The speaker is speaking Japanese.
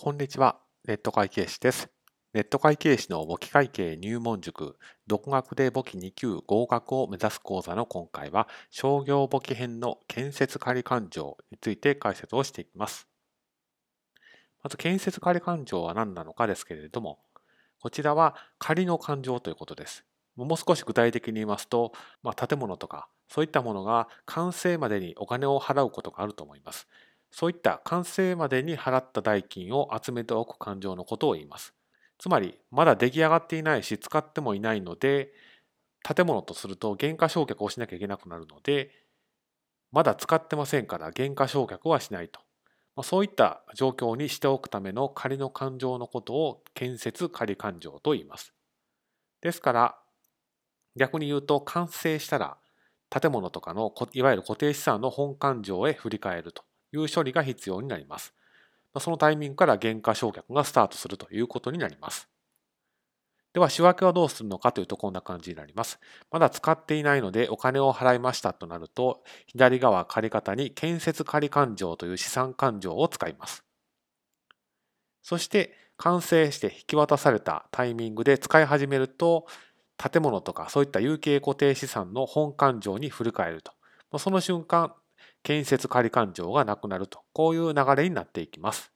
こんにちは、ネット会計士です。ネット会計士の簿記会計入門塾、独学で簿記2級合格を目指す講座の今回は、商業簿記編の建設仮勘定について解説をしていきます。まず、建設仮勘定は何なのかですけれども、こちらは仮の勘定ということです。もう少し具体的に言いますと、建物とかそういったものが完成までにお金を払うことがあると思います。そういった完成までに払った代金を集めておく勘定のことを言います。つまり、まだ出来上がっていないし使ってもいないので、建物とすると減価償却をしなきゃいけなくなるので、まだ使ってませんから減価償却はしないと。そういった状況にしておくための仮の勘定のことを建設仮勘定と言います。ですから、逆に言うと完成したら建物とかのいわゆる固定資産の本勘定へ振り替えるという処理が必要になります。そのタイミングから減価償却がスタートするということになります。では仕分けはどうするのかというとこんな感じになります。まだ使っていないのでお金を払いましたとなると、左側借方に建設仮勘定という資産勘定を使います。そして完成して引き渡されたタイミングで使い始めると、建物とかそういった有形固定資産の本勘定に振り替えると。その瞬間、建設仮勘定がなくなると、こういう流れになっていきます。